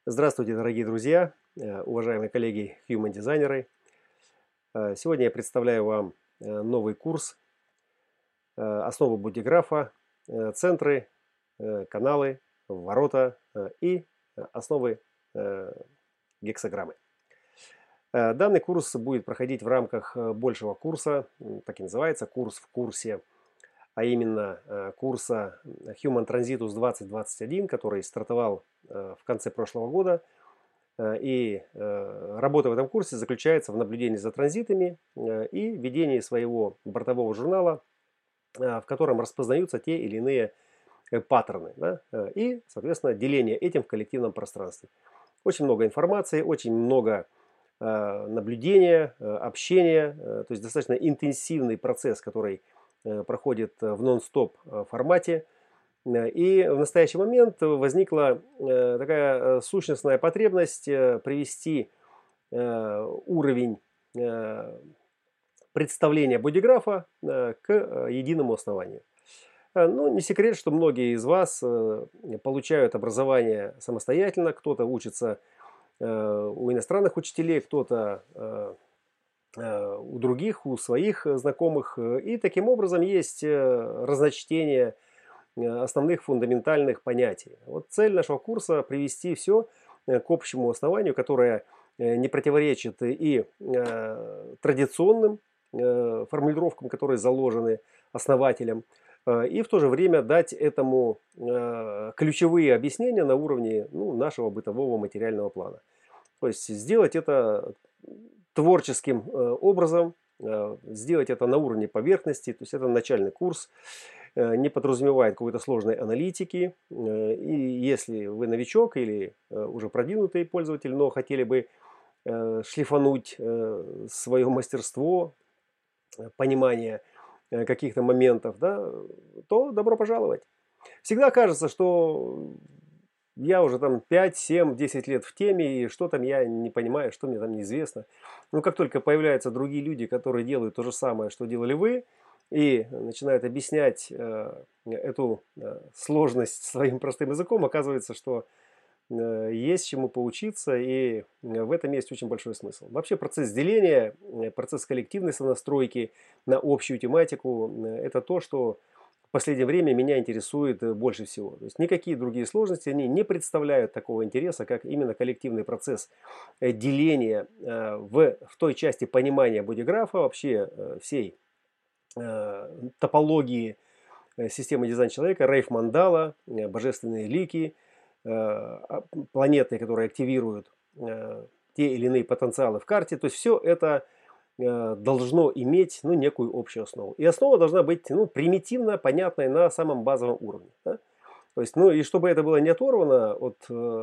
Здравствуйте, дорогие друзья, уважаемые коллеги Human-дизайнеры. Сегодня я представляю вам новый курс «Основы бодиграфа», центры, каналы, ворота и основы э, гексограммы. Данный курс будет проходить в рамках большего курса, так и называется, курс в курсе, а именно курса Human Transitus 2021, который стартовал в конце прошлого года. И работа в этом курсе заключается в наблюдении за транзитами и ведении своего бортового журнала, в котором распознаются те или иные паттерны, да, и, соответственно, деление этим в коллективном пространстве. Очень много информации, очень много наблюдения, общения, то есть достаточно интенсивный процесс, который проходит в нон-стоп формате. И в настоящий момент возникла такая сущностная потребность привести уровень представления бодиграфа к единому основанию. Ну, не секрет, что многие из вас получают образование самостоятельно, кто-то учится у иностранных учителей, кто-то у других, у своих знакомых. И таким образом есть разночтение основных фундаментальных понятий. Вот цель нашего курса – привести все к общему основанию, которое не противоречит и традиционным формулировкам, которые заложены основателем, и в то же время дать этому ключевые объяснения на уровне нашего бытового материального плана. То есть сделать это творческим образом, сделать это на уровне поверхности, то есть это начальный курс, не подразумевает какой-то сложной аналитики. И если вы новичок или уже продвинутый пользователь, но хотели бы шлифануть свое мастерство, понимание каких-то моментов, да, то добро пожаловать. Всегда кажется, что я уже там 5, 7, 10 лет в теме, и что там я не понимаю, что мне там неизвестно. Но как только появляются другие люди, которые делают то же самое, что делали вы, и начинают объяснять эту сложность своим простым языком, оказывается, что есть чему поучиться, и в этом есть очень большой смысл. Вообще процесс деления, процесс коллективной сонастройки на общую тематику – это то, что в последнее время меня интересует больше всего. То есть никакие другие сложности, они не представляют такого интереса, как именно коллективный процесс деления в той части понимания бодиграфа, вообще всей топологии системы дизайн человека, рейф-мандала, божественные лики, планеты, которые активируют те или иные потенциалы в карте. То есть все это должно иметь некую общую основу. И основа должна быть примитивно понятной на самом базовом уровне. Да? То есть, и чтобы это было не оторвано от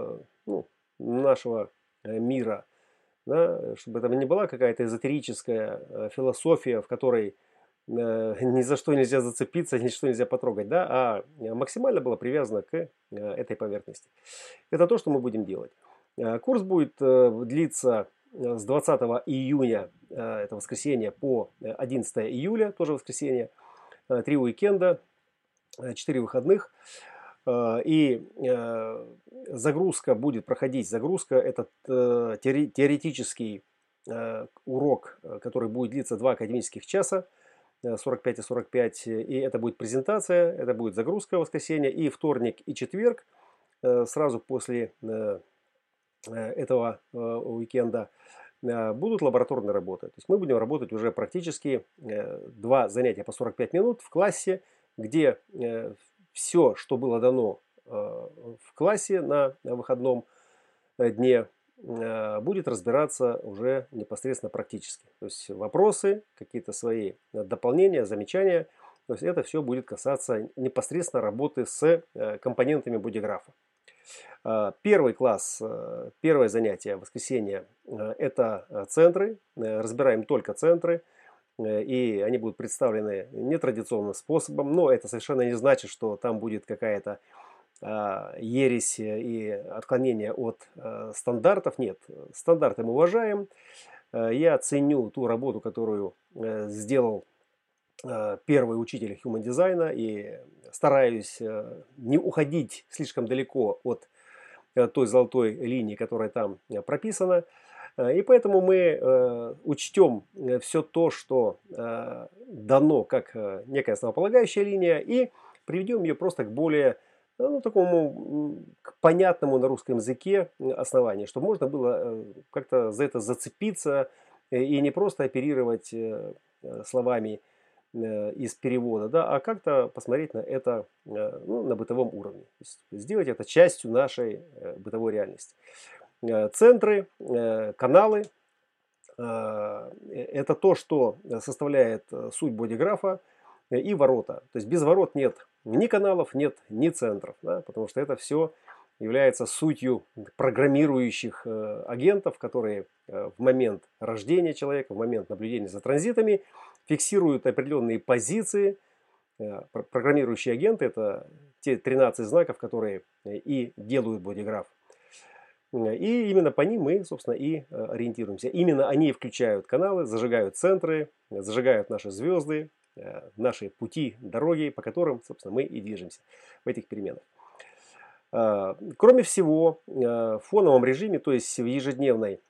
нашего мира, да, чтобы это не была какая-то эзотерическая философия, в которой ни за что нельзя зацепиться, ни что нельзя потрогать, да, а максимально было привязано к этой поверхности. Это то, что мы будем делать. Курс будет длиться с 20 июня, это воскресенье, по 11 июля, тоже воскресенье, 3 уикенда, 4 выходных. И загрузка будет проходить. Загрузка – это теоретический урок, который будет длиться 2 академических часа, 45 и 45, и это будет презентация, это будет загрузка в воскресенье, и вторник, и четверг, сразу после этого уикенда, будут лабораторные работы. То есть мы будем работать уже практически 2 занятия по 45 минут в классе, где все, что было дано в классе на выходном дне, будет разбираться уже непосредственно практически. То есть вопросы, какие-то свои дополнения, замечания. То есть это все будет касаться непосредственно работы с компонентами бодиграфа. Первый класс, первое занятие в воскресенье – это центры. Разбираем только центры. И они будут представлены нетрадиционным способом. Но это совершенно не значит, что там будет какая-то ересь и отклонение от стандартов. Нет, стандарты мы уважаем. Я ценю ту работу, которую сделал первый учитель Human дизайна, и стараюсь не уходить слишком далеко от той золотой линии, которая там прописана. И поэтому мы учтем все то, что дано как некая основополагающая линия, и приведем ее просто к более ну, такому к понятному на русском языке основанию, чтобы можно было как-то за это зацепиться и не просто оперировать словами из перевода, да, а как-то посмотреть на это ну, на бытовом уровне. То есть сделать это частью нашей бытовой реальности. Центры, каналы это то, что составляет суть бодиграфа и ворота. То есть без ворот нет ни каналов, нет ни центров, да, потому что это все является сутью программирующих агентов, которые в момент рождения человека, в момент наблюдения за транзитами фиксируют определенные позиции. Программирующие агенты – это те 13 знаков, которые и делают бодиграф. И именно по ним мы, собственно, и ориентируемся. Именно они включают каналы, зажигают центры, зажигают наши звезды, наши пути, дороги, по которым, собственно, мы и движемся в этих переменах. Кроме всего, в фоновом режиме, то есть в ежедневной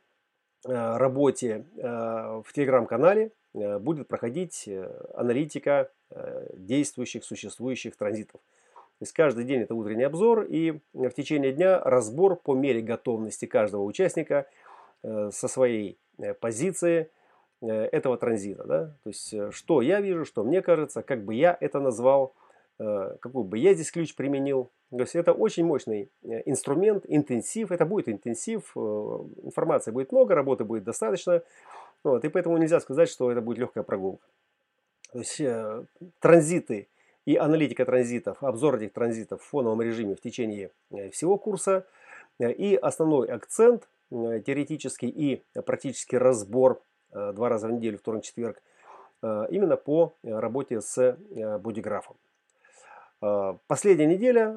работе в телеграм-канале будет проходить аналитика действующих, существующих транзитов. То есть каждый день это утренний обзор и в течение дня разбор по мере готовности каждого участника со своей позиции этого транзита. Да? То есть что я вижу, что мне кажется, как бы я это назвал, какой бы я здесь ключ применил. То есть это очень мощный инструмент, интенсив. Это будет интенсив, информации будет много, работы будет достаточно. Вот, и поэтому нельзя сказать, что это будет легкая прогулка. То есть транзиты и аналитика транзитов, обзор этих транзитов в фоновом режиме в течение всего курса. И основной акцент теоретический и практический разбор 2 раза в неделю, вторник, четверг, именно по работе с бодиграфом. Последняя неделя,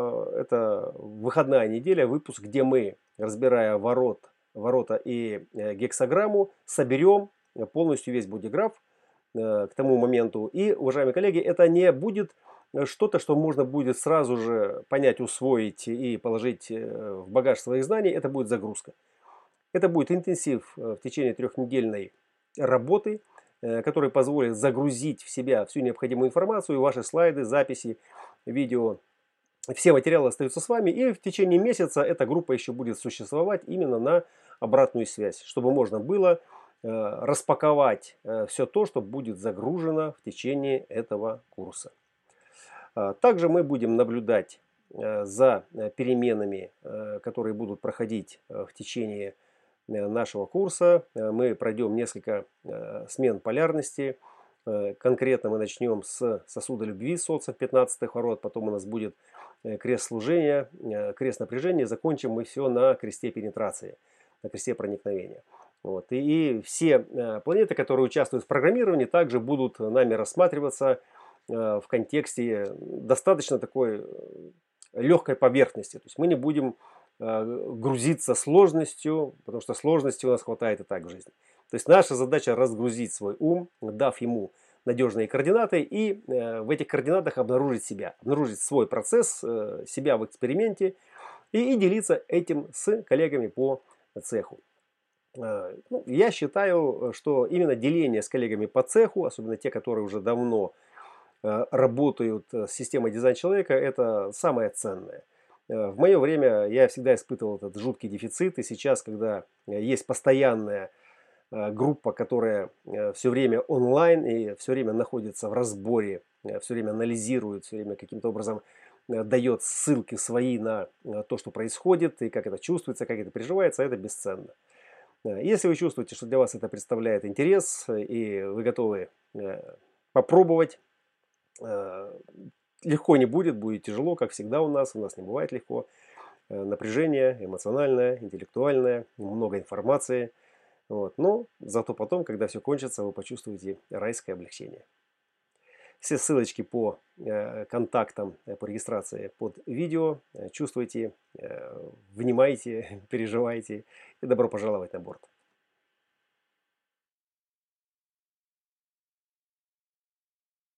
это выходная неделя, выпуск, где мы, разбирая ворота и гексограмму, соберем полностью весь бодиграф к тому моменту. И, уважаемые коллеги, это не будет что-то, что можно будет сразу же понять, усвоить и положить в багаж своих знаний. Это будет загрузка. Это будет интенсив в течение 3-недельной работы, который позволит загрузить в себя всю необходимую информацию, ваши слайды, записи, видео. Все материалы остаются с вами, и в течение месяца эта группа еще будет существовать именно на обратную связь, чтобы можно было распаковать все то, что будет загружено в течение этого курса. Также мы будем наблюдать за переменами, которые будут проходить в течение нашего курса. Мы пройдем несколько смен полярности. Конкретно мы начнем с сосуда любви, солнца 15-х ворот, потом у нас будет крест служения, крест напряжения, закончим мы все на кресте пенетрации, на кресте проникновения. Вот. И все планеты, которые участвуют в программировании, также будут нами рассматриваться в контексте достаточно такой легкой поверхности. То есть мы не будем грузиться сложностью, потому что сложности у нас хватает и так в жизни. То есть наша задача разгрузить свой ум, дав ему надежные координаты и в этих координатах обнаружить себя, обнаружить свой процесс, себя в эксперименте и делиться этим с коллегами по цеху. Ну, я считаю, что именно деление с коллегами по цеху, особенно те, которые уже давно работают с системой дизайн человека, это самое ценное. В мое время я всегда испытывал этот жуткий дефицит, и сейчас, когда есть постоянная группа, которая все время онлайн и все время находится в разборе, все время анализирует, все время каким-то образом дает ссылки свои на то, что происходит, и как это чувствуется, как это переживается, это бесценно. Если вы чувствуете, что для вас это представляет интерес, и вы готовы попробовать, легко не будет, будет тяжело, как всегда у нас не бывает легко. Напряжение эмоциональное, интеллектуальное, много информации. Вот. Но зато потом, когда все кончится, вы почувствуете райское облегчение. Все ссылочки по контактам, по регистрации под видео. Чувствуйте, внимайте, переживайте и добро пожаловать на борт.